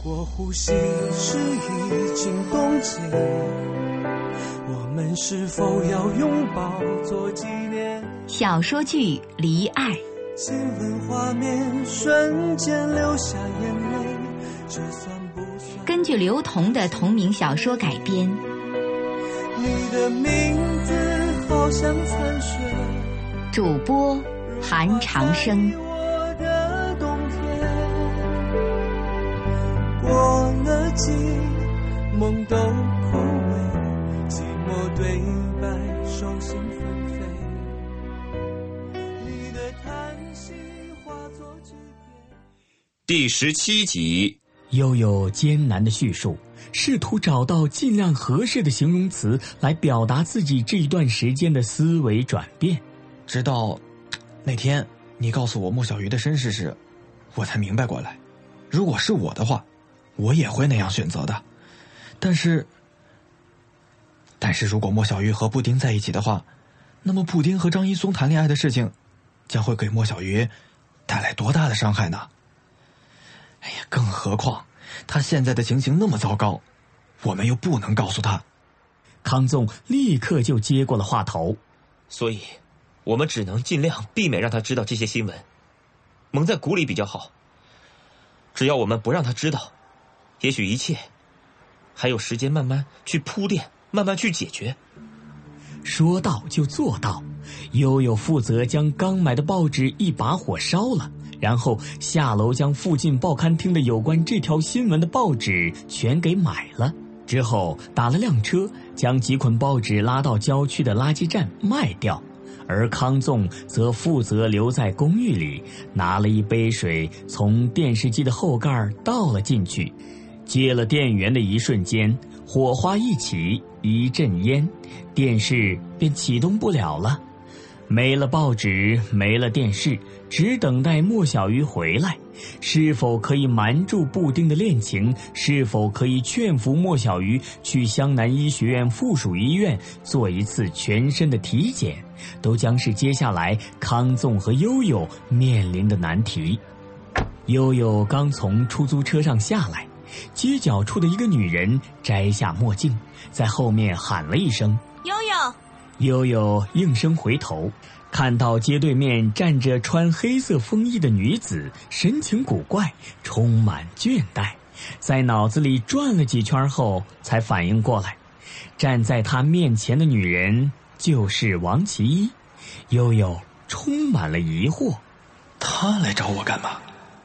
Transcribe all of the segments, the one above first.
果呼吸是已经冻结，我们是否要拥抱做纪念？ 小说剧《离爱》， 亲吻画面瞬间流下眼泪，这算不算？ 根据刘同的同名小说改编。 你的名字好像残雪， 主播韩长生。 我的冬天过了季，梦都枯萎，寂寞对白手心纷飞，你的叹息化作句点。 第17集， 悠悠艰难的叙述，试图找到尽量合适的形容词来表达自己这一段时间的思维转变。 直到那天你告诉我莫小鱼的身世时，我才明白过来，如果是我的话，我也会那样选择的。但是如果莫小鱼和布丁在一起的话，那么布丁和张一松谈恋爱的事情将会给莫小鱼带来多大的伤害呢？哎呀，更何况他现在的情形那么糟糕，我们又不能告诉他。 康纵立刻就接过了话头， 所以我们只能尽量避免让他知道这些新闻，蒙在鼓里比较好。只要我们不让他知道，也许一切还有时间慢慢去铺垫，慢慢去解决。 说到就做到，悠悠负责将刚买的报纸一把火烧了，然后下楼将附近报刊厅的有关这条新闻的报纸全给买了，之后打了辆车将几捆报纸拉到郊区的垃圾站卖掉，而康纵则负责留在公寓里，拿了一杯水从电视机的后盖倒了进去，接了电源的一瞬间，火花一起，一阵烟，电视便启动不了了。没了报纸，没了电视，只等待莫小鱼回来。是否可以瞒住布丁的恋情，是否可以劝服莫小鱼去湘南医学院附属医院做一次全身的体检，都将是接下来康纵和悠悠面临的难题。悠悠刚从出租车上下来，街角处的一个女人摘下墨镜，在后面喊了一声悠悠。 悠悠应声回头，看到街对面站着穿黑色风衣的女子，神情古怪，充满倦怠，在脑子里转了几圈后才反应过来，站在她面前的女人就是王其一。悠悠充满了疑惑， 她来找我干嘛？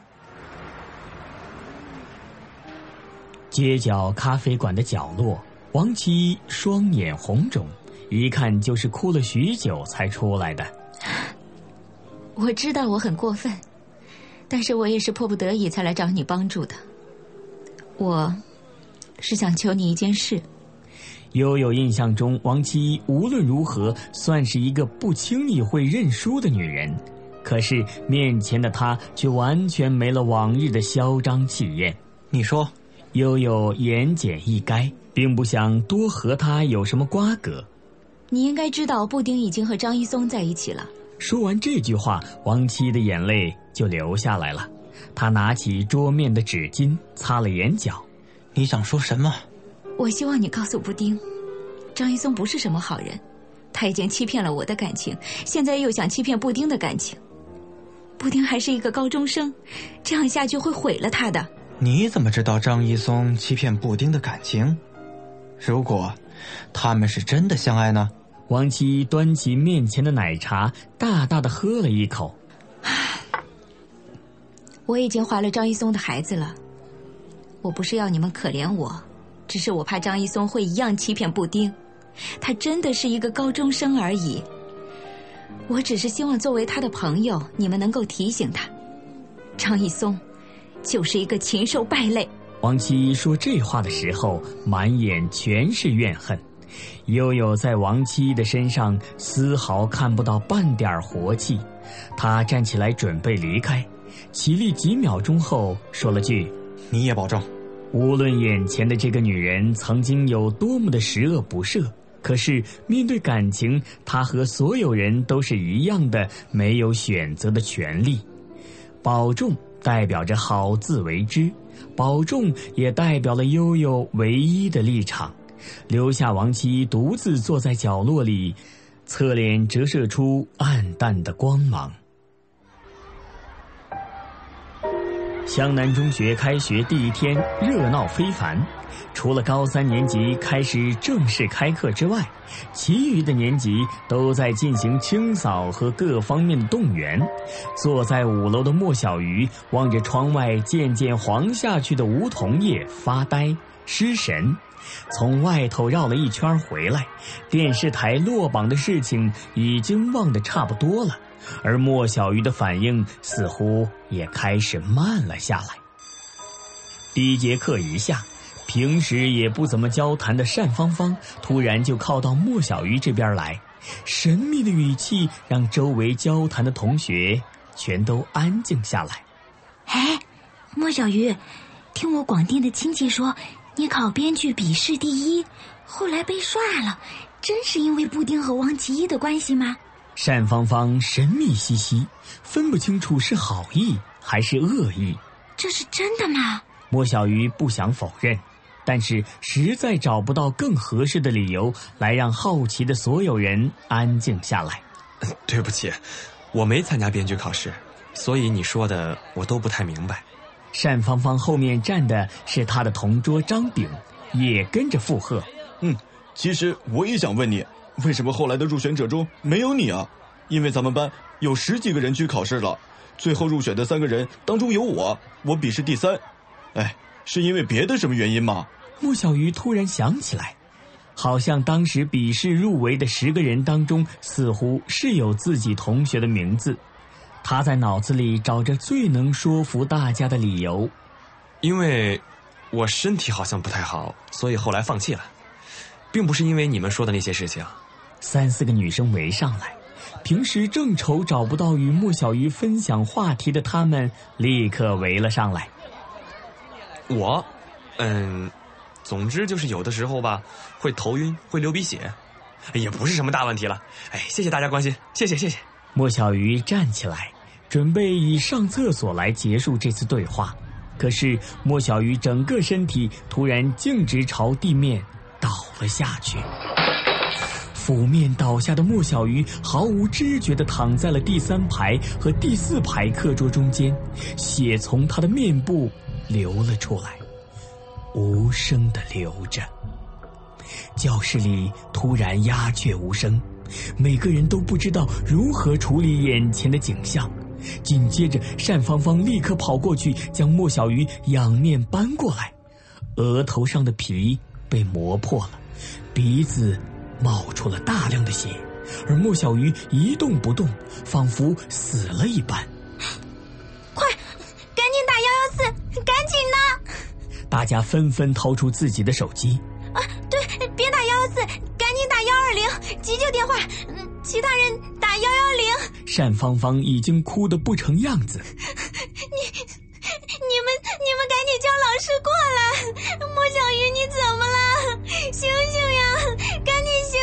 街角咖啡馆的角落，王其一双眼红肿，一看就是哭了许久才出来的。 我知道我很过分，但是我也是迫不得已才来找你帮助的。我是想求你一件事。 悠悠印象中，王其一无论如何算是一个不轻易会认输的女人，可是面前的她却完全没了往日的嚣张气焰。 你说。 悠悠言简意赅，并不想多和他有什么瓜葛。 你应该知道布丁已经和张一松在一起了。 说完这句话，王七的眼泪就流下来了。他拿起桌面的纸巾擦了眼角。 你想说什么？ 我希望你告诉布丁，张一松不是什么好人，他已经欺骗了我的感情，现在又想欺骗布丁的感情。布丁还是一个高中生，这样下去会毁了他的。 你怎么知道张一松欺骗布丁的感情？如果他们是真的相爱呢？ 王七端起面前的奶茶，大大的喝了一口。 我已经怀了张一松的孩子了，我不是要你们可怜我，只是我怕张一松会一样欺骗布丁，他真的是一个高中生而已。我只是希望作为他的朋友，你们能够提醒他，张一松就是一个禽兽败类。 王七说这话的时候，满眼全是怨恨。悠悠在王七的身上丝毫看不到半点活气，他站起来准备离开，起立几秒钟后说了句： 你也保重。 无论眼前的这个女人曾经有多么的十恶不赦，可是面对感情，她和所有人都是一样的，没有选择的权利。保重代表着好自为之， 保重也代表了悠悠唯一的立场，留下王其一独自坐在角落里，侧脸折射出暗淡的光芒。湘南中学开学第一天热闹非凡，除了高3年级开始正式开课之外，其余的年级都在进行清扫和各方面的动员。坐在5楼的莫小鱼望着窗外渐渐黄下去的梧桐叶发呆失神，从外头绕了一圈回来，电视台落榜的事情已经忘得差不多了，而莫小鱼的反应似乎也开始慢了下来。第一节课一下，平时也不怎么交谈的单芳芳突然就靠到莫小鱼这边来，神秘的语气让周围交谈的同学全都安静下来。 哎，莫小鱼，听我广电的亲戚说你考编剧笔试第1，后来被刷了，真是因为布丁和王其一的关系吗？ 单芳芳神秘兮兮，分不清楚是好意还是恶意。 这是真的吗？ 莫小鱼不想否认，但是实在找不到更合适的理由来让好奇的所有人安静下来。 对不起，我没参加编剧考试，所以你说的我都不太明白。 单芳芳后面站的是她的同桌张炳，也跟着附和。 其实我也想问你，为什么后来的入选者中没有你啊？因为咱们班有10几个人去考试了，最后入选的3个人当中有我笔试第3。哎，是因为别的什么原因吗？ 莫小鱼突然想起来，好像当时笔试入围的10个人当中似乎是有自己同学的名字。他在脑子里找着最能说服大家的理由。 因为我身体好像不太好，所以后来放弃了，并不是因为你们说的那些事情。 3、4个女生围上来，平时正愁找不到与莫小鱼分享话题的他们立刻围了上来。 总之就是有的时候吧，会头晕，会流鼻血，也不是什么大问题了。哎，谢谢大家关心，谢谢。 莫小鱼站起来，准备以上厕所来结束这次对话，可是莫小鱼整个身体突然径直朝地面倒了下去。俯面倒下的莫小鱼毫无知觉地躺在了第3排和第4排课桌中间，血从他的面部流了出来，无声地流着。教室里突然鸦雀无声，每个人都不知道如何处理眼前的景象。紧接着单芳芳立刻跑过去将莫小鱼仰面搬过来，额头上的皮被磨破了，鼻子冒出了大量的血，而莫小鱼一动不动，仿佛死了一般。 快，赶紧打114，赶紧的！ 大家纷纷掏出自己的手机。 对，别打114，赶紧打120急救电话，其他人打110。 单芳芳已经哭得不成样子。 你们赶紧叫老师过来！莫小鱼，你怎么了？醒醒呀，赶紧醒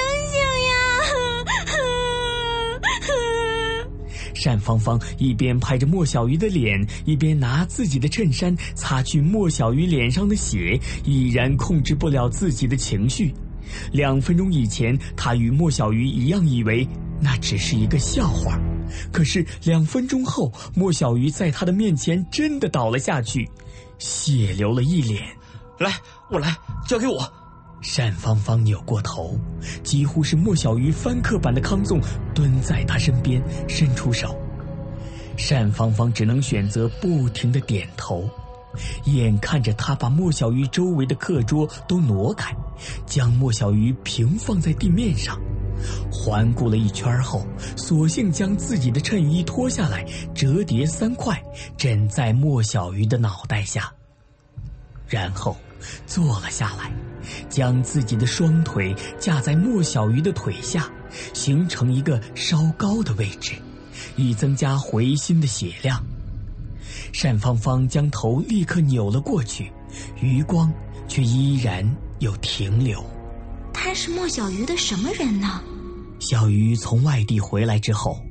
醒呀！ 单芳芳一边拍着莫小鱼的脸，一边拿自己的衬衫擦去莫小鱼脸上的血，依然控制不了自己的情绪。2分钟以前，他与莫小鱼一样以为那只是一个笑话，可是2分钟后，莫小鱼在他的面前真的倒了下去，血流了一脸。 来，我来，交给我。 单芳芳扭过头，几乎是莫小鱼翻刻版的康纵蹲在他身边，伸出手。单芳芳只能选择不停地点头，眼看着他把莫小鱼周围的课桌都挪开，将莫小鱼平放在地面上，环顾了一圈后，索性将自己的衬衣脱下来，折叠3块，枕在莫小鱼的脑袋下，然后坐了下来，将自己的双腿架在莫小鱼的腿下，形成一个稍高的位置，以增加回心的血量。单芳芳将头立刻扭了过去，余光却依然有停留。 他是莫小鱼的什么人呢？ 小鱼从外地回来之后，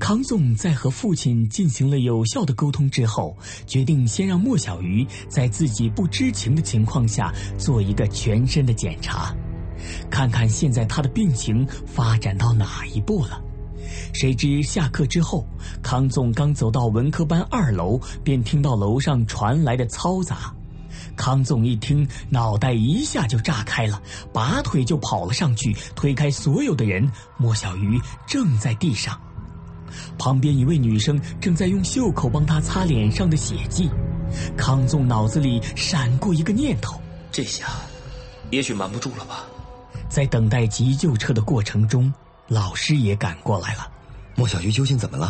康纵在和父亲进行了有效的沟通之后，决定先让莫小鱼在自己不知情的情况下做一个全身的检查，看看现在他的病情发展到哪一步了。谁知下课之后，康纵刚走到文科班2楼，便听到楼上传来的嘈杂。康纵一听，脑袋一下就炸开了，拔腿就跑了上去，推开所有的人。莫小鱼正在地上，旁边一位女生正在用袖口帮他擦脸上的血迹。康纵脑子里闪过一个念头， 这下也许瞒不住了吧。 在等待急救车的过程中，老师也赶过来了。 莫小鱼究竟怎么了？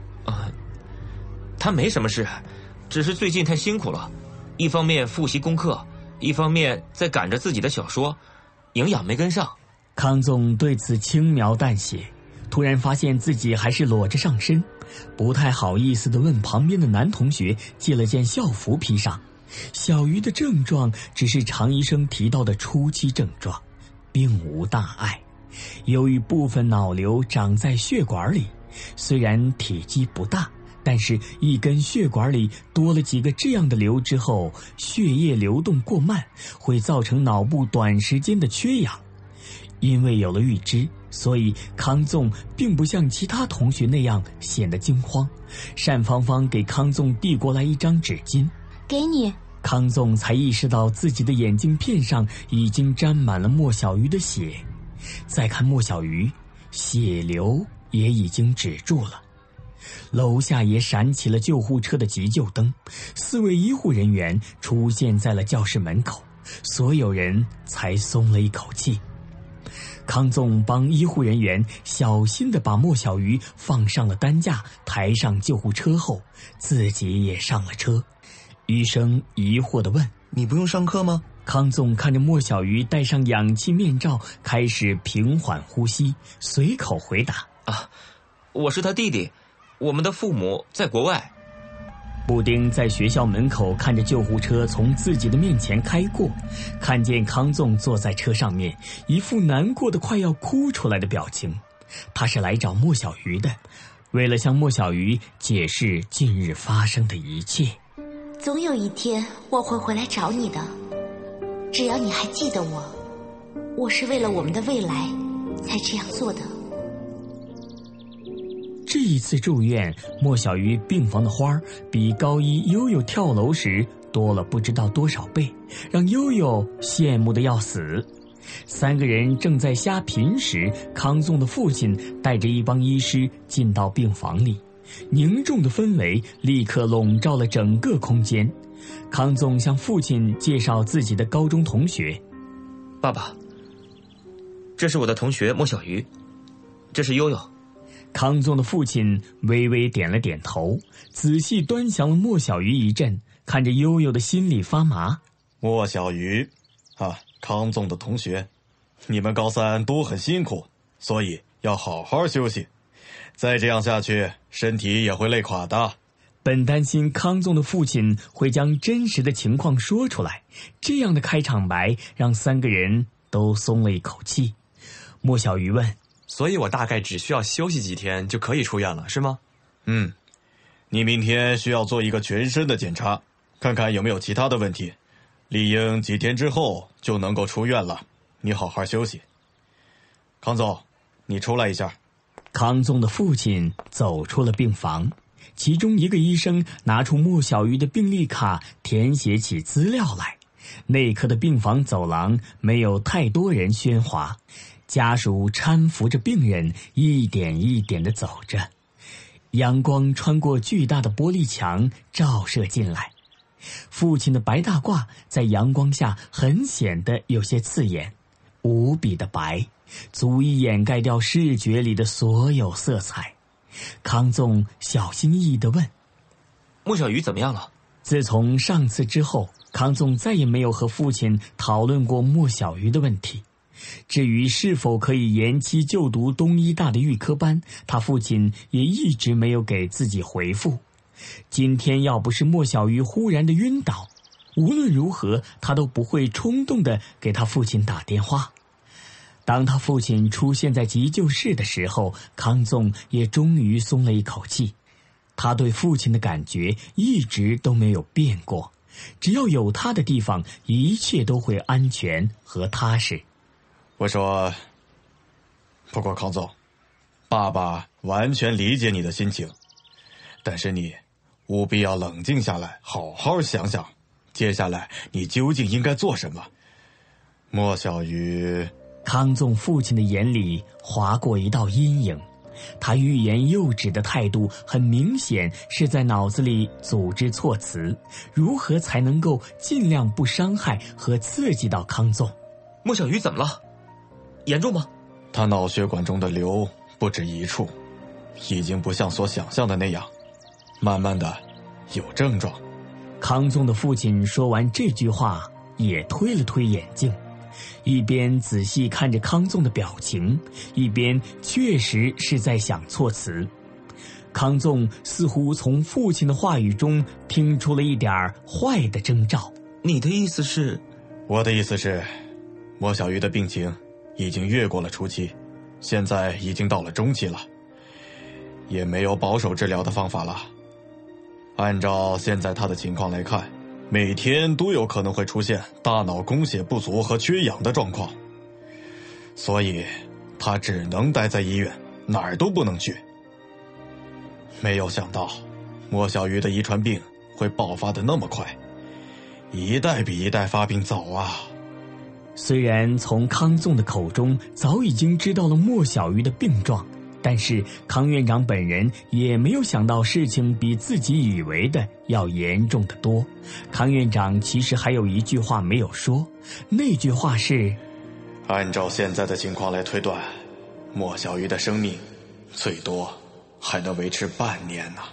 他没什么事，只是最近太辛苦了，一方面复习功课，一方面在赶着自己的小说，营养没跟上。 康纵对此轻描淡写，突然发现自己还是裸着上身，不太好意思地问旁边的男同学借了件校服披上。小鱼的症状只是常医生提到的初期症状，并无大碍。由于部分脑瘤长在血管里，虽然体积不大，但是一根血管里多了几个这样的瘤之后，血液流动过慢，会造成脑部短时间的缺氧。因为有了预知，所以康纵并不像其他同学那样显得惊慌。单芳芳给康纵递过来一张纸巾， 给你。 康纵才意识到自己的眼镜片上已经沾满了莫小鱼的血。再看莫小鱼，血流也已经止住了。楼下也闪起了救护车的急救灯，4位医护人员出现在了教室门口，所有人才松了一口气。康纵帮医护人员小心地把莫小鱼放上了担架，抬上救护车后，自己也上了车。医生疑惑地问：“ 你不用上课吗？” 康纵看着莫小鱼戴上氧气面罩，开始平缓呼吸，随口回答：“ 我是他弟弟，我们的父母在国外。” 布丁在学校门口看着救护车从自己的面前开过，看见康纵坐在车上面，一副难过的快要哭出来的表情。他是来找莫小鱼的，为了向莫小鱼解释近日发生的一切。 总有一天我会回来找你的，只要你还记得我，我是为了我们的未来才这样做的。 这一次住院，莫小鱼病房的花比高一悠悠跳楼时多了不知道多少倍，让悠悠羡慕得要死。3个人正在瞎贫时，康纵的父亲带着一帮医师进到病房里，凝重的氛围立刻笼罩了整个空间。康纵向父亲介绍自己的高中同学：“ 爸爸，这是我的同学莫小鱼，这是悠悠。” 康纵的父亲微微点了点头，仔细端详了莫小鱼一阵，看着悠悠的心里发麻。 莫小鱼，康纵的同学，你们高3都很辛苦，所以要好好休息。再这样下去，身体也会累垮的。 本担心康纵的父亲会将真实的情况说出来，这样的开场白让3个人都松了一口气。莫小鱼问：“ 所以我大概只需要休息几天就可以出院了，是吗？”“ 你明天需要做一个全身的检查，看看有没有其他的问题。理应几天之后就能够出院了，你好好休息。康总，你出来一下。” 康纵的父亲走出了病房，其中一个医生拿出莫小鱼的病历卡，填写起资料来。内科的病房走廊没有太多人喧哗，家属搀扶着病人一点一点地走着，阳光穿过巨大的玻璃墙照射进来，父亲的白大褂在阳光下很显得有些刺眼，无比的白，足以掩盖掉视觉里的所有色彩。康纵小心翼翼地问：“ 莫小鱼怎么样了？” 自从上次之后，康纵再也没有和父亲讨论过莫小鱼的问题。至于是否可以延期就读东医大的预科班，他父亲也一直没有给自己回复。今天要不是莫小鱼忽然的晕倒，无论如何他都不会冲动地给他父亲打电话。 当他父亲出现在急救室的时候，康纵也终于松了一口气。他对父亲的感觉一直都没有变过，只要有他的地方，一切都会安全和踏实。 我说，不过康纵，爸爸完全理解你的心情，但是你务必要冷静下来，好好想想，接下来你究竟应该做什么。莫小鱼， 康纵父亲的眼里划过一道阴影，他欲言又止的态度很明显是在脑子里组织措辞，如何才能够尽量不伤害和刺激到康纵。 莫小鱼怎么了？严重吗？ 他脑血管中的瘤不止一处，已经不像所想象的那样，慢慢的有症状。 康纵的父亲说完这句话，也推了推眼镜，一边仔细看着康纵的表情，一边确实是在想措辞。康纵似乎从父亲的话语中听出了一点坏的征兆。 你的意思是？ 我的意思是，莫小鱼的病情已经越过了初期，现在已经到了中期了，也没有保守治疗的方法了。按照现在他的情况来看，每天都有可能会出现大脑供血不足和缺氧的状况，所以他只能待在医院，哪儿都不能去。没有想到莫小鱼的遗传病会爆发得那么快，一代比一代发病早啊。 虽然从康纵的口中早已经知道了莫小鱼的病状，但是康院长本人也没有想到事情比自己以为的要严重得多。康院长其实还有一句话没有说，那句话是： 按照现在的情况来推断，莫小鱼的生命最多还能维持半年呢。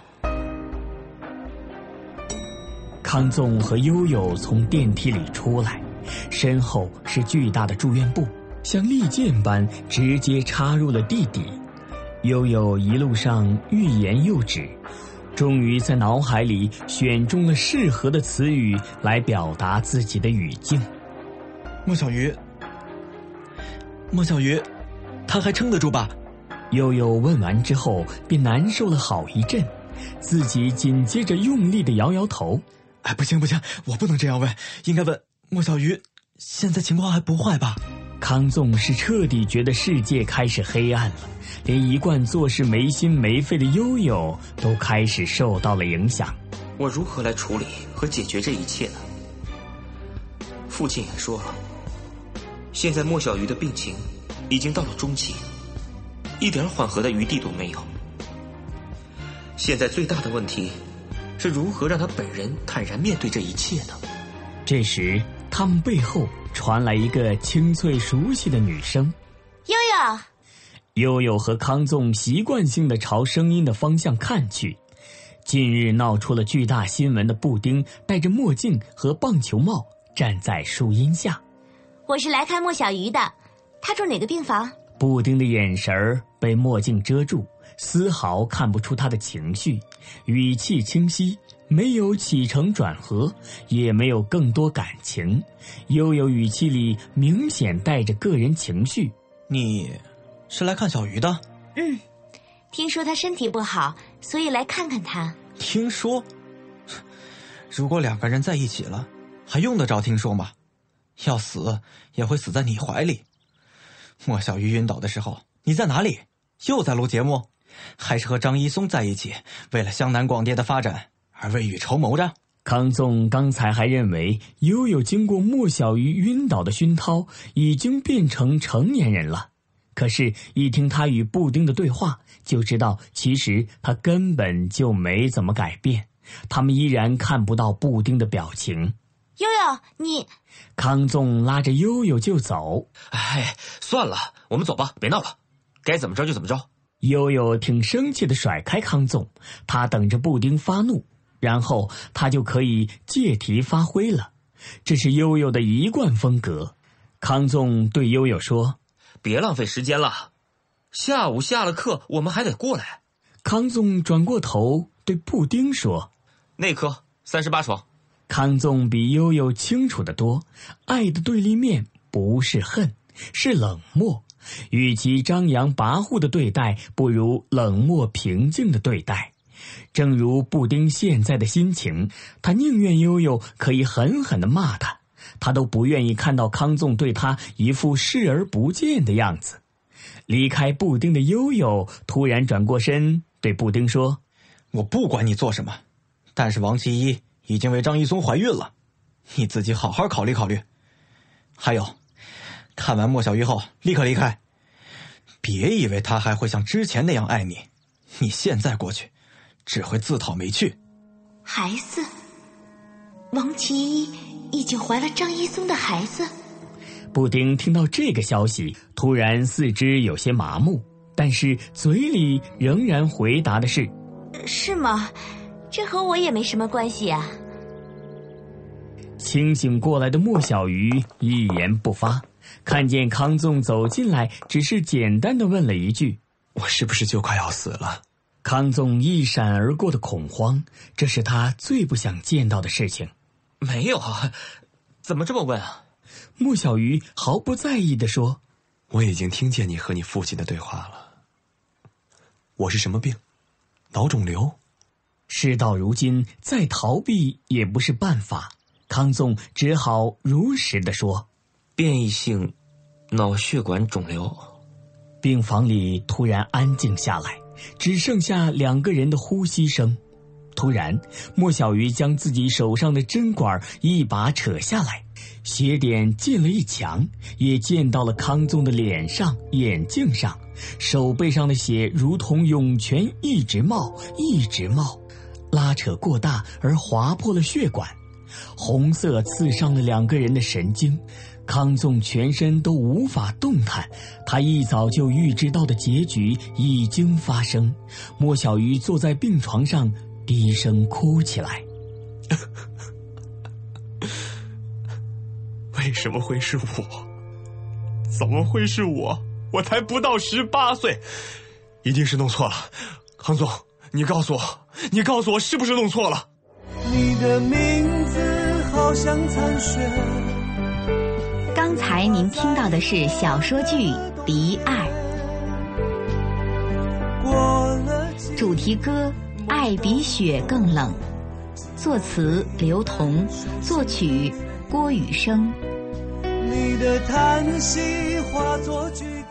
康纵和悠悠从电梯里出来，身后是巨大的住院部，像利剑般直接插入了地底。悠悠一路上欲言又止，终于在脑海里选中了适合的词语来表达自己的语境。 莫小鱼，他还撑得住吧？ 悠悠问完之后便难受了好一阵，自己紧接着用力地摇摇头。 哎，不行，我不能这样问，应该问莫小鱼现在情况还不坏吧？ 康纵是彻底觉得世界开始黑暗了，连一贯做事没心没肺的悠悠都开始受到了影响。 我如何来处理和解决这一切呢？父亲也说了，现在莫小鱼的病情已经到了中期，一点缓和的余地都没有。现在最大的问题是如何让他本人坦然面对这一切呢？ 这时他们背后传来一个清脆熟悉的女声： 悠悠。 悠悠和康纵习惯性地朝声音的方向看去。近日闹出了巨大新闻的布丁戴着墨镜和棒球帽站在树荫下。 我是来看莫小鱼的，他住哪个病房？ 布丁的眼神儿被墨镜遮住，丝毫看不出他的情绪，语气清晰，没有起承转合，也没有更多感情。悠悠语气里明显带着个人情绪。 你是来看小鱼的？ 听说他身体不好，所以来看看他。 听说？如果两个人在一起了，还用得着听说吗？要死也会死在你怀里。莫小鱼晕倒的时候你在哪里？又在录节目？还是和张一松在一起，为了湘南广电的发展而未雨绸缪着？ 康纵刚才还认为悠悠经过莫小鱼晕倒的熏陶，已经变成成年人了，可是一听他与布丁的对话，就知道其实他根本就没怎么改变。他们依然看不到布丁的表情。 悠悠，你…… 康纵拉着悠悠就走。 哎，算了，我们走吧，别闹了，该怎么着就怎么着。 悠悠挺生气地甩开康纵，他等着布丁发怒，然后他就可以借题发挥了，这是悠悠的一贯风格。康纵对悠悠说： 别浪费时间了，下午下了课我们还得过来。 康纵转过头对布丁说： 内科38床。 康纵比悠悠清楚得多，爱的对立面不是恨，是冷漠。 与其张扬跋扈的对待，不如冷漠平静的对待。正如布丁现在的心情，他宁愿悠悠可以狠狠地骂他，他都不愿意看到康纵对他一副视而不见的样子。离开布丁的悠悠突然转过身对布丁说： 我不管你做什么，但是王其一已经为张一松怀孕了，你自己好好考虑考虑。还有，看完莫小鱼后立刻离开，别以为他还会像之前那样爱你，你现在过去只会自讨没趣。 孩子，王其一已经怀了张一松的孩子。 布丁听到这个消息，突然四肢有些麻木，但是嘴里仍然回答的是： 是吗？这和我也没什么关系啊。 清醒过来的莫小鱼一言不发，看见康纵走进来，只是简单地问了一句： 我是不是就快要死了？ 康纵一闪而过的恐慌，这是他最不想见到的事情。 没有啊，怎么这么问啊？ 莫小鱼毫不在意地说： 我已经听见你和你父亲的对话了。我是什么病？脑肿瘤。 事到如今，再逃避也不是办法，康纵只好如实地说： 变异性脑血管肿瘤。 病房里突然安静下来，只剩下两个人的呼吸声。突然，莫小鱼将自己手上的针管一把扯下来，血点进了一墙，也溅到了康纵的脸上、眼镜上，手背上的血如同涌泉一直冒，一直冒，拉扯过大而划破了血管，红色刺伤了两个人的神经。康纵全身都无法动弹，他一早就预知到的结局已经发生。莫小鱼坐在病床上低声哭起来。 为什么会是我？怎么会是我？我才不到18岁，一定是弄错了。康纵，你告诉我是不是弄错了？ 你的名字好像残雪。 刚才您听到的是小说剧《离爱》，主题歌《爱比雪更冷》，作词刘同，作曲郭雨生。 你的叹息化作句